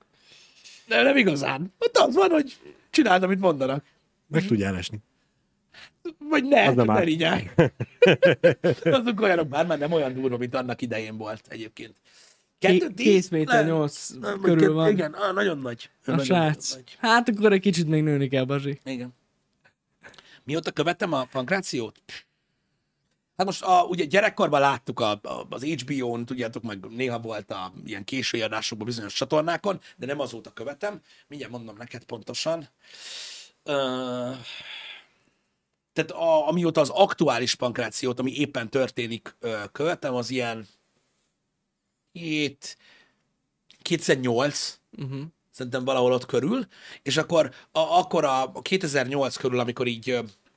De nem igazán. Ott az van, hogy csináld, amit mondanak. Meg tudjál esni. Vagy ne, Az nem ne árt. rigyálj. Azok olyanok már, már nem olyan durva, mint annak idején volt egyébként. Ké- Két méter nyolc körül van. Igen, ah, nagyon nagy. A Nagyon, srác. nagyon nagy. Hát akkor egy kicsit még nőni kell, Bazsi. Igen. Mióta követtem a pankrációt? Hát most a, ugye gyerekkorban láttuk a, a, az há bé ó-n, tudjátok, meg néha volt a ilyen késői adásokban bizonyos csatornákon, de nem azóta követem. Mindjárt mondom neked pontosan. Uh, tehát a, amióta az aktuális pankrációt, ami éppen történik, uh, követem, az ilyen hét, kétezer-nyolc, uh-huh. Szerintem valahol ott körül, és akkor a, akkor a, a kétezer-nyolc körül, amikor így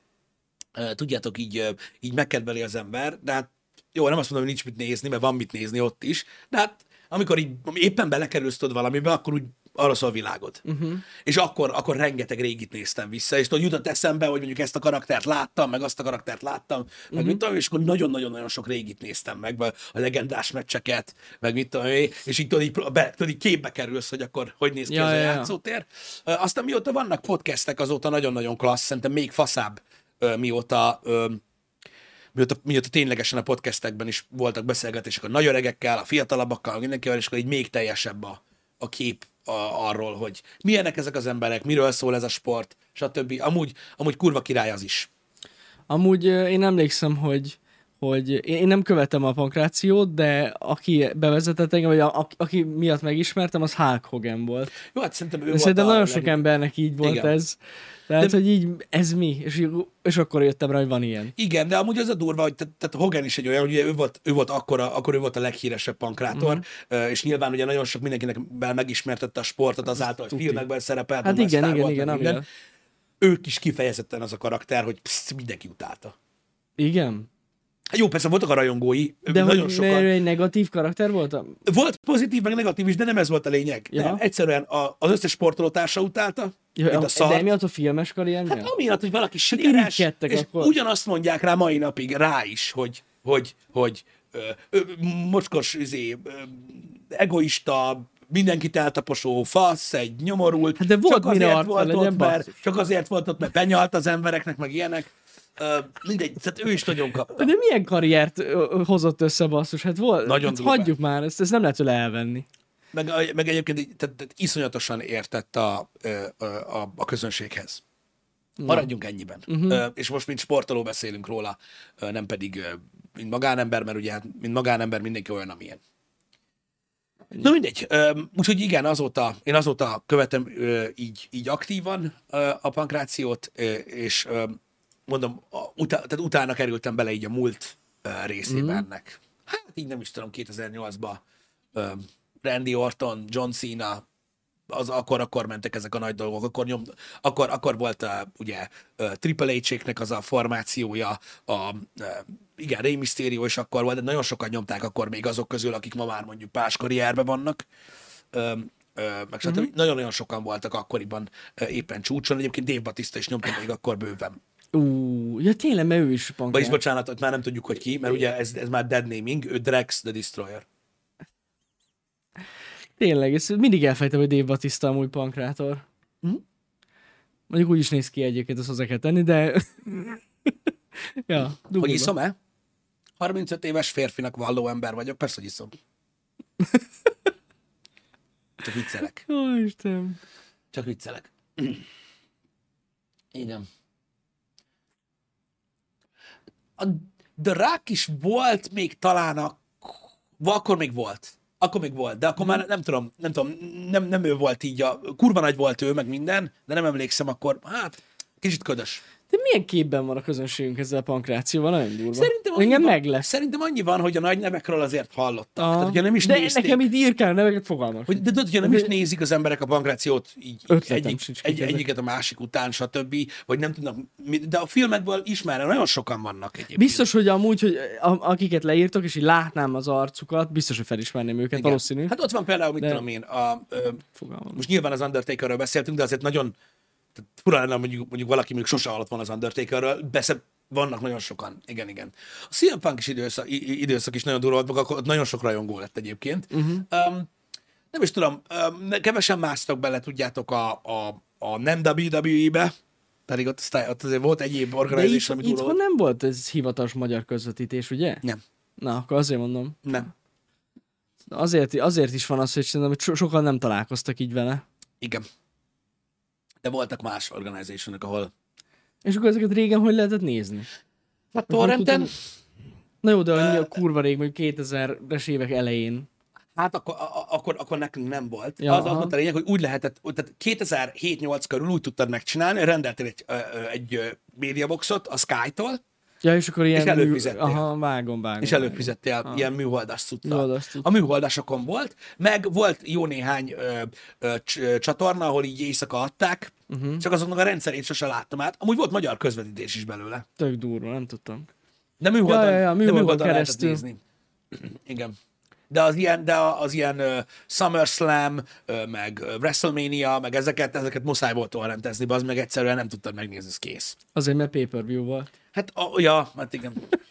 uh, tudjátok, így, uh, így megkedveli az ember, de hát jó, nem azt mondom, hogy nincs mit nézni, mert van mit nézni ott is, de hát amikor így éppen belekerülsz tudod valamibe, akkor úgy arra szól a világod. Uh-huh. És akkor, akkor rengeteg régit néztem vissza, és tudod, jutott eszembe, hogy mondjuk ezt a karaktert láttam, meg azt a karaktert láttam, uh-huh. meg mit tudom, és akkor nagyon-nagyon-nagyon sok régit néztem meg, a legendás meccseket, meg mit tudom, és így tudod, így, be, tudod, így képbe kerülsz, hogy akkor hogy néz ki ja, ez ja, a játszótér. Ja. Aztán mióta vannak podcastek, azóta nagyon-nagyon klassz, szerintem még faszább, mióta mióta, mióta ténylegesen a podcastekben is voltak beszélgetések a nagy öregekkel, a fiatalabbakkal, mindenkivel, és akkor így még teljesebb a, a kép a, arról, hogy milyenek ezek az emberek, miről szól ez a sport, stb. Amúgy, amúgy kurva király az is. Amúgy én emlékszem, hogy, hogy én nem követem a pankrációt, de aki bevezetett engem, vagy a, a, aki miatt megismertem, az Hulk Hogan volt. Jó, hát szerintem ő de volt szerintem a nagyon leg... sok embernek így volt. Igen. Ez. Tehát, de... hogy így, ez mi? És, és akkor jöttem rá, hogy van ilyen. Igen, de amúgy az a durva, hogy te, tehát Hogan is egy olyan, ugye ő volt, ő volt akkor, a, akkor ő volt a leghíresebb pankrátor, uh-huh. és nyilván ugye nagyon sok mindenkinek megismertette a sportot azáltal, hogy filmekben szerepelt. Hát igen, igen, igen, igen. Ők is kifejezetten az a karakter, hogy psz, mindenki utálta. Igen. Hát jó, persze voltak a rajongói, de nagyon hogy sokan. Ő egy negatív karakter volt? Volt pozitív, meg negatív is, de nem ez volt a lényeg. Ja. Nem, egyszerűen a, az összes sportolótársa utálta, ja, mint a szart. De emiatt a filmes karrier? Hát amiatt, hogy valaki sikeres, hát és akkor. Ugyanazt mondják rá mai napig rá is, hogy, hogy, hogy ö, ö, mocskos, üzé, ö, egoista, mindenkit eltaposó fasz, egy nyomorult, hát de volt csak, azért arca, volt ott, mert, csak azért volt ott, mert benyalt az embereknek, meg ilyenek. Uh, mindegy, tehát ő is nagyon kapta. De milyen karriert hozott össze, basszus? Hát volt, nagyon hát hagyjuk már, ezt, ezt nem lehet tőle elvenni. Meg, meg egyébként tehát, tehát iszonyatosan értett a, a, a, a közönséghez. Maradjunk ennyiben. Uh-huh. Uh, és most mint sportoló beszélünk róla, uh, nem pedig uh, mint magánember, mert ugye hát mint magánember mindenki olyan, amilyen. Na mindegy, uh, úgyhogy igen, azóta, én azóta követem uh, így, így aktívan uh, a pankrációt, uh, és uh, mondom, utá, tehát utána kerültem bele így a múlt uh, részébe mm. ennek. Hát így nem is tudom, kétezer-nyolcban uh, Randy Orton, John Cena, az, akkor, akkor mentek ezek a nagy dolgok, akkor, nyom, akkor, akkor volt uh, ugye uh, Triple H-éknek az a formációja, a, uh, igen, Rey Mysterio is akkor volt, de nagyon sokan nyomták akkor még azok közül, akik ma már mondjuk pás karrierben vannak. Um, meg stb. Mm-hmm. Nagyon-nagyon sokan voltak akkoriban uh, éppen csúcson, egyébként Dave Batista is nyomta még akkor bőven. Ú, ja tényleg, mert ő is pankrátor. Vagyis bocsánat, hogy már nem tudjuk, hogy ki, mert ugye ez, ez már dead naming, ő Drax the Destroyer. Tényleg, ezt mindig elfejtem, hogy Dave Batista amúgy pankrátor. Hm? Mondjuk úgy is néz ki egyébként, azt hozzá kell tenni, de... ja, hogy iszom-e? harmincöt éves férfinak valló ember vagyok, persze, hogy iszom. Csak viccelek. Ó, Isten. Csak viccelek. Igen. A The Rock is volt még talán a... Akkor még volt. Akkor még volt, de akkor már nem tudom, nem tudom, nem, nem ő volt így a... Kurva nagy volt ő, meg minden, de nem emlékszem akkor, hát, kicsit ködös. De milyen képben van a közönségünk ezzel a pankrációval? Nagyon durva. Szerintem engem van, meg lesz. Szerintem annyi van, hogy a nagy nevekről azért hallottak. Tehát, hogyha nem is de nézték, nekem itt írkál a neveket fogalmas. Hogy, de tudod, hogyha nem is nézik az emberek a pankrációt így, így egyik, egy, egyiket a másik után, stb. Vagy nem tudnak, de a filmekből ismerem, nagyon sokan vannak egyébként. Biztos, hogy amúgy, hogy a, akiket leírtok, és így látnám az arcukat, biztos, hogy felismerném őket, igen. Valószínű. Hát ott van például, mit de... tudom én, a, ö, most nyilván az Undertakerről beszéltünk, de azért nagyon fura lenne, mondjuk, mondjuk valaki még sose hallott volna az Undertakerről, persze vannak nagyon sokan, igen, igen. A cé em Punk is időszak, időszak is nagyon durva volt, akkor nagyon sok rajongó lett egyébként. Uh-huh. Um, nem is tudom, um, kevesen másztak bele, tudjátok, a, a, a nem dupla vé dupla vé-be, Pedig ott, ott azért volt egyéb organizáció, amit itthon nem volt ez hivatalos magyar közvetítés, ugye? Nem. Na, akkor azért mondom. Nem. Azért, azért is van az, hogy szerintem, hogy so- sokan nem találkoztak így vele. Igen. De voltak más organizációk, ahol... És akkor ezeket régen hogy lehetett nézni? Hát torrenten... Na jó, de uh, a kurva rég, mondjuk kétezres évek elején. Hát akkor, akkor, akkor nekünk nem volt. Ja, az az volt a lényeg, hogy úgy lehetett, tehát kétezer-hét nyolc körül úgy tudtad megcsinálni, hogy rendeltél egy, egy médiaboxot a Sky-tól, ja, és akkor ilyen és előfizettél. Mű... Aha, vágom, vágom. És előfizettél ah. ilyen műholdas cuccal. A műholdasokon volt, meg volt jó néhány ö, ö, cs- csatorna, ahol így éjszaka adták, uh-huh. csak azoknak a rendszerét sosem láttam át. Amúgy volt magyar közvetítés is belőle. Tök durva, nem tudtam. De műholdon, ja, ja, ja, de műholdon lehetett nézni. Igen. De az ilyen, de az ilyen uh, SummerSlam, uh, meg uh, WrestleMania, meg ezeket, ezeket muszáj volt torrentezni, az meg egyszerűen nem tudtad megnézni, ez kész. Azért, mert pay-per-view volt. Hát, a, ja, hát igen.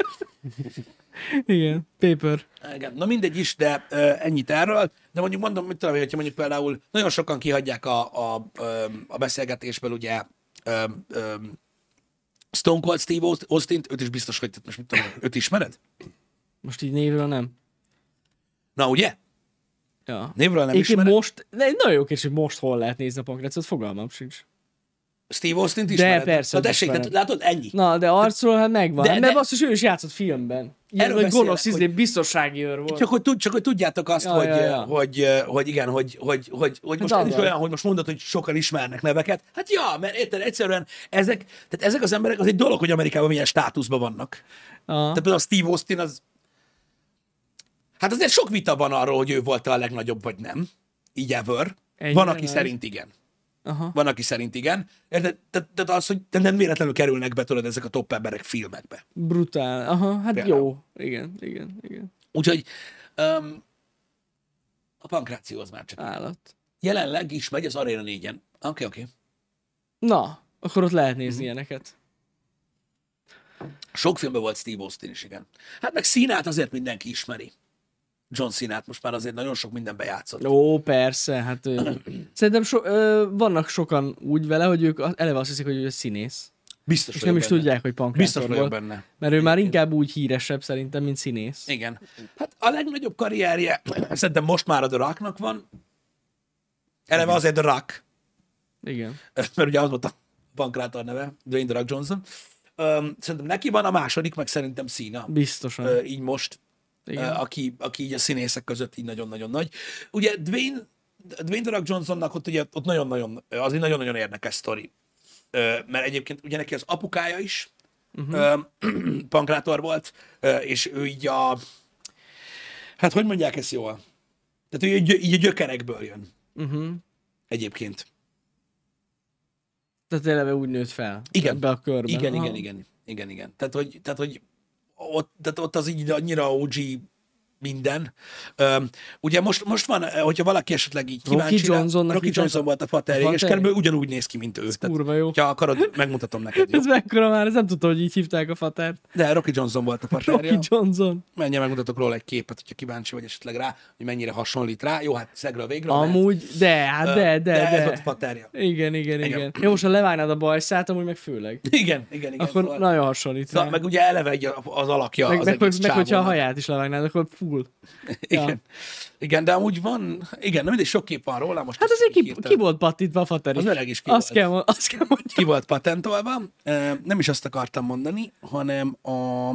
Igen, paper. Igen. Na mindegy is, de uh, ennyit erről. De mondjuk mondom, mit tudom, hogyha mondjuk például nagyon sokan kihagyják a, a, a beszélgetésből, ugye um, um, Stone Cold Steve Austin-t, őt is biztos, hogy most mit tudom, őt ismered? Most így névről nem. Na, ugye? Ja. Névről nem Én ismered? Most, de nagyon jó kérdés, hogy most hol lehet nézni a pankrácot, fogalmam sincs. Steve Austin-t ismered? De persze. Na tessék, tehát látod, ennyi. Na, de arcról hát megvan. De, de, de... mert azt is ő is játszott filmben. Ilyen, hogy gonosz, izé, biztonsági őr volt. Csak hogy, tud, csak hogy tudjátok azt, ja, hogy, ja, ja. Hogy, hogy igen, hogy, hogy, hogy, hogy hát most ez is olyan, hogy most mondod, hogy sokan ismernek neveket. Hát ja, mert érted, egyszerűen ezek, tehát ezek az emberek, az egy dolog, hogy Amerikában milyen státuszban vannak. Aha. Tehát például a Steve Austin az... Hát azért sok vita van arról, hogy ő volt a legnagyobb, vagy nem. Így ever. Egy van, aki az. szerint igen. Aha. Van, aki szerint igen. Érted? Tehát az, hogy nem véletlenül kerülnek be, tudod, ezek a top emberek filmekbe. Brutál. Aha, hát például. Jó. Igen, igen, igen. Úgyhogy um, a pankráció az már csak állat. Jelenleg is megy az Arena négyen. Oké, okay, oké. Okay. Na, akkor ott lehet nézni mm-hmm. ilyeneket. Sok filmben volt Steve Austin is, igen. Hát meg Cena-t azért mindenki ismeri. John Cena-t most már azért nagyon sok mindenbe játszott. Ó, persze, hát ő... Szerintem so, ö, vannak sokan úgy vele, hogy ők eleve azt hiszik, hogy ő színész. Biztos és nem is benne. tudják, hogy pankrátor volt. Benne. Mert ő már inkább úgy híresebb szerintem, mint színész. Igen. Hát a legnagyobb karrierje szerintem most már a The Rocknak van. Eleve igen. Azért The Rock. Igen. Mert ugye az volt a pankrátor neve, Dwayne The Rock Johnson. Um, szerintem neki van, a második, meg szerintem Cena. Biztosan. Uh, így most. Uh, aki, aki így a színészek között így nagyon-nagyon nagy. Ugye Dwayne, Dwayne The Rock Johnsonnak ott ugye ott nagyon-nagyon, az egy nagyon-nagyon érdekes sztori. Uh, mert egyébként ugye neki az apukája is uh-huh. uh, pankrátor volt, uh, és ő így a... Hát hogy mondják ezt jól? Tehát ő így, így a gyökerekből jön. Uh-huh. Egyébként. Tehát eleve úgy nőtt fel. Igen. Ebbe a körbe. Igen, igen, igen, igen, igen. Tehát, hogy, tehát, hogy ott, tehát ott az így annyira ó gé minden. Um, ugye most, most van, hogyha valaki esetleg így kíváncsi... Rocky Johnson, Rocky Johnson volt a faterje, és körülbelül ugyanúgy néz ki, mint ő. Ez kurva jó. Ha akarod, megmutatom neked. Jó? Ez mekkora már, ez nem tudtam, hogy így hívták a fatert. De Rocky Johnson volt a faterje. Rocky Johnson. Menjen, megmutatok róla egy képet, hogyha kíváncsi vagy esetleg rá, hogy mennyire hasonlít rá. Jó, hát szegről végre. Amúgy, mert, de, hát de, de, de. De ez volt a faterje. Igen, igen, igen, igen. Jó, most ha levágnád a bajszát, amúgy meg főleg. Igen, igen, igen. Akkor szóval, nagyon hasonlít szóval, meg ugye eleve egy az alakja meg, az meg, egész meg hogyha a haját is levágnád, akkor full. Igen. Ja. Igen, de amúgy van, igen, nem mindegy, sok kép van róla. Most hát azért ki, ki volt patintva a fater is. Az öreg is ki azt volt. Kell, azt kell mondjam. Ki volt patentolva. Nem is azt akartam mondani, hanem a,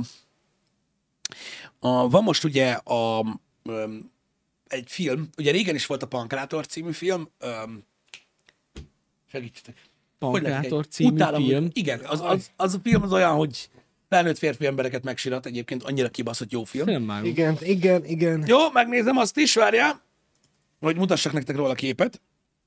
a van most ugye a, egy film, ugye régen is volt a Pankrátor című film. Segítsetek. Pankrátor című Utálom, film? Hogy, igen, az, az, az a film az olyan, hogy felnőtt férfi embereket megsirat, egyébként annyira kibaszott jó film. film igen, igen, igen. Jó, megnézem azt is, várjál, hogy mutassak nektek róla a képet.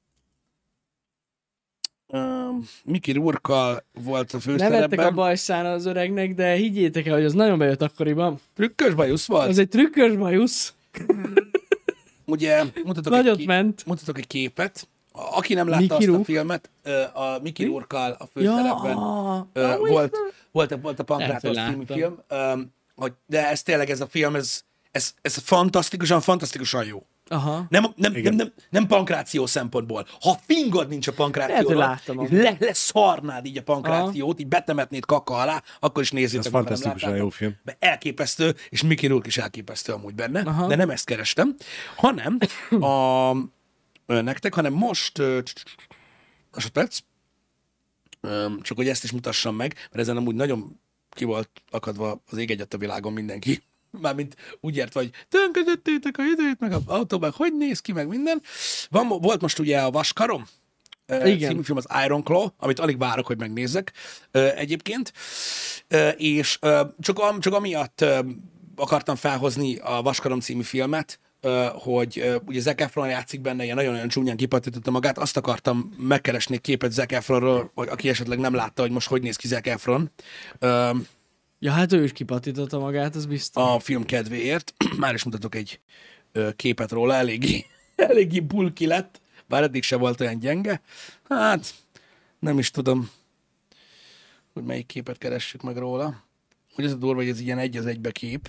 Uh, Mickey Rourke-kal volt a főszerepben. Nevettek a bajszán az öregnek, de higgyétek el, hogy az nagyon bejött akkoriban. Trükkös bajusz volt? Az egy trükkös bajusz. Ugye, mutatok, Nagyot egy, kép, ment. mutatok egy képet. Aki nem látta Mickey azt Rourke? a filmet, a Mickey Rourke-kal a főszerepben ja, volt, volt, volt a Pankrátor című film. Hogy, de ez tényleg, ez a film, ez, ez, ez fantasztikusan, fantasztikusan jó. Aha. Nem, nem, nem, nem, nem pankráció szempontból. Ha fingod nincs a pankrációra, le, leszarnád így a pankrációt, aha, így betemetnéd kaka alá, akkor is nézzétek. Ez fantasztikusan jó film. Elképesztő, és Mickey Rourke is elképesztő amúgy benne, aha, de nem ezt kerestem, hanem a, nektek, hanem most másodperc, csak hogy ezt is mutassam meg, mert ezen amúgy nagyon ki volt akadva az ég egyet a világon mindenki. Mármint úgy ért, vagy tönkretettétek a időt, meg az autóban, hogy néz ki, meg minden. Van, volt most ugye a Vaskarom, igen, című film, az Iron Claw, amit alig várok, hogy megnézzek egyébként, és csak, csak amiatt akartam felhozni a Vaskarom című filmet, hogy ugye Zac Efron játszik benne, ilyen nagyon-nagyon csúnyán kipatította magát, azt akartam megkeresni képet Zac Efronról, aki esetleg nem látta, hogy most hogy néz ki Zac Efron. Ja, hát ő is kipatította magát, az biztos. A film kedvéért. Már is mutatok egy ö, képet róla, eléggé, eléggé bulki lett, bár eddig se volt olyan gyenge. Hát, nem is tudom, hogy melyik képet keressük meg róla. Hogy ez a durva, hogy ez ilyen egy az egybe kép.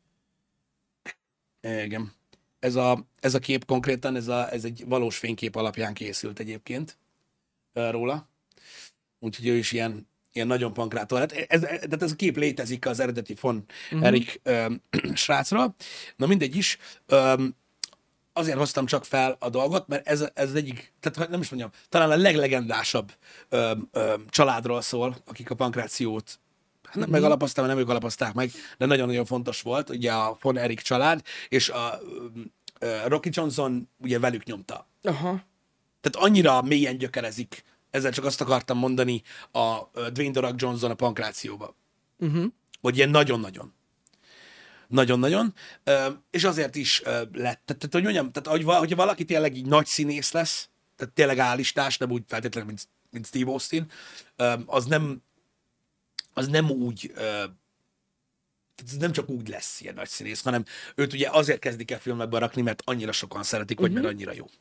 Igen. Ez a, ez a kép konkrétan, ez, a, ez egy valós fénykép alapján készült egyébként róla. Úgyhogy ő is ilyen ilyen nagyon pankrátor. Hát ez, ez, ez a kép létezik az eredeti von uh-huh. Erik um, srácról. Na mindegy is. Um, azért hoztam csak fel a dolgot, mert ez, ez egyik, tehát nem is mondjam, talán a leglegendásabb um, um, családról szól, akik a pankrációt hát nem uh-huh. megalapozták, nem ők alapozták meg, de nagyon-nagyon fontos volt, ugye a von Erik család, és a um, uh, Rocky Johnson ugye velük nyomta. Aha. Tehát annyira mélyen gyökerezik. Ezzel csak azt akartam mondani a Dwayne The Rock Johnson a pankrációba. Uh-huh. Hogy ilyen nagyon-nagyon. Nagyon-nagyon. És azért is lett. Tehát, hogy mondjam, tehát, hogyha valaki tényleg így nagy színész lesz, tehát tényleg állistás, nem úgy feltétlenül, mint, mint Steve Austin, az nem, az nem úgy, ez nem csak úgy lesz ilyen nagy színész, hanem őt ugye azért kezdik el filmekbe rakni, mert annyira sokan szeretik, vagy uh-huh. mert annyira jó.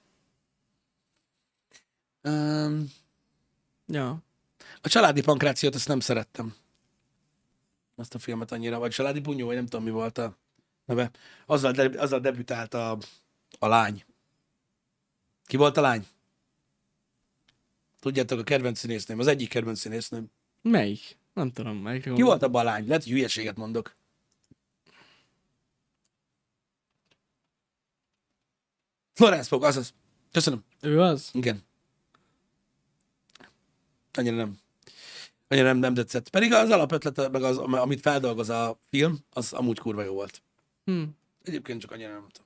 Um, ja. A családi pankrációt azt nem szerettem. Azt a filmet annyira, vagy családi bunyó, vagy nem tudom, mi volt a neve. Azzal, de, azzal debütált a, a lány. Ki volt a lány? Tudjátok, a kedvenc színésznőm, az egyik kedvenc színésznőm. Melyik? Nem tudom, melyik. Ki volt abban a lány? Lehet, hogy hülyeséget mondok. Florence Pugh, azaz. Köszönöm. Ő az? Igen. Annyira nem. Annyira nem, nem tetszett. Pedig az alapötlete, meg az, amit feldolgoz a film, az amúgy kurva jó volt. Hmm. Egyébként csak annyira nem tudom.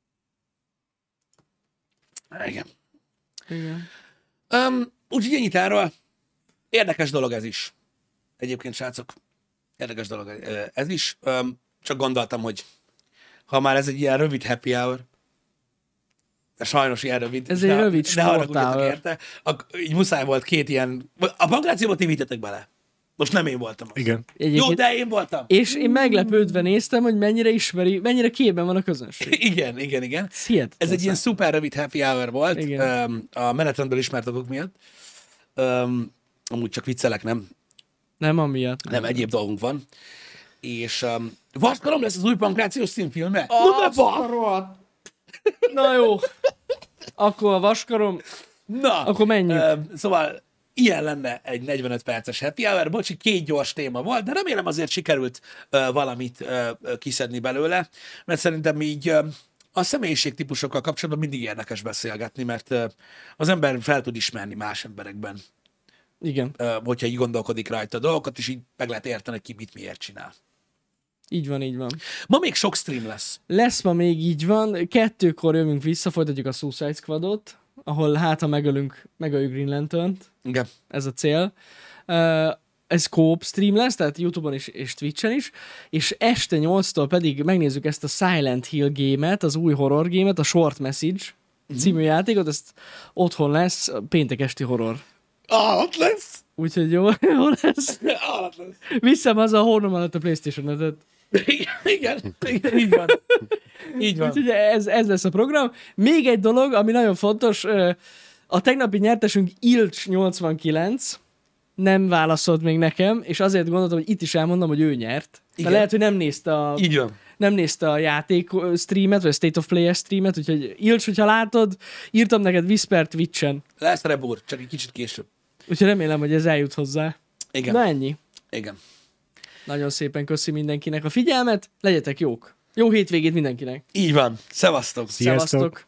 Igen. Igen. Um, úgyhogy ennyit erről. Érdekes dolog ez is. Egyébként, srácok, érdekes dolog ez is. Um, csak gondoltam, hogy ha már ez egy ilyen rövid happy hour, de sajnos ilyen rövid. Ez egy ne, rövid sporthour. Érte. Ak- így muszáj volt két ilyen... A pankrációba ti vittetek bele. Most nem én voltam az. Igen. Egyébként... Jó, de én voltam. És én meglepődve néztem, hogy mennyire ismeri, mennyire képben van a közönség. Igen, igen, igen. Hihetetlen. Ez egy ilyen szuper rövid happy hour volt. Um, a menetrendből ismert okok miatt. Um, amúgy csak viccelek, nem? Nem amiatt. Nem, nem egyéb dolgunk van. És um, Vaskarom lesz az új pankrációs színfilme. Oh, na jó. Akkor a Vaskarom. Na. Akkor menjünk. Um, szóval ilyen lenne egy negyvenöt perces happy hour. Bocsi, két gyors téma volt, de remélem azért sikerült uh, valamit uh, kiszedni belőle, mert szerintem így uh, a személyiségtípusokkal kapcsolatban mindig érdekes beszélgetni, mert uh, az ember fel tud ismerni más emberekben. Igen. Uh, hogyha így gondolkodik rajta a dolgokat, és így meg lehet érteni, hogy ki mit miért csinál. Így van, így van. Ma még sok stream lesz. Lesz ma még, így van. Kettőkor jövünk vissza, folytatjuk a Suicide Squadot, ahol hát, ha megölünk, megöljük Green Lanternt. Igen. Ez a cél. Uh, ez co-op stream lesz, tehát YouTube-on is és Twitch-en is, és este nyolctól pedig megnézzük ezt a Silent Hill game-et, az új horror game-et, a Short Message mm-hmm. című játékot, ezt otthon lesz, péntek esti horror. Ah, ott lesz! Úgyhogy jó, jó lesz. Ah, lesz. Viszem az a hónom alatt a PlayStation ötöt. Igen, igen, így van. Így van. Úgyhogy ez, ez lesz a program. Még egy dolog, ami nagyon fontos, a tegnapi nyertesünk Ilcs nyolcvankilenc nem válaszolt még nekem, és azért gondoltam, hogy itt is elmondom, hogy ő nyert. De lehet, hogy nem nézte a, így van. nem nézte a játék streamet, vagy a State of Play streamet, úgyhogy Ilcs, hogyha látod, írtam neked Whisper Twitch-en. Lesz Rebur, csak egy kicsit később. Úgyhogy remélem, hogy ez eljut hozzá. Igen. Na ennyi. Igen. Nagyon szépen köszi mindenkinek a figyelmet, legyetek jók. Jó hétvégét mindenkinek. Így van. Szevasztok. Sziasztok. Szevasztok.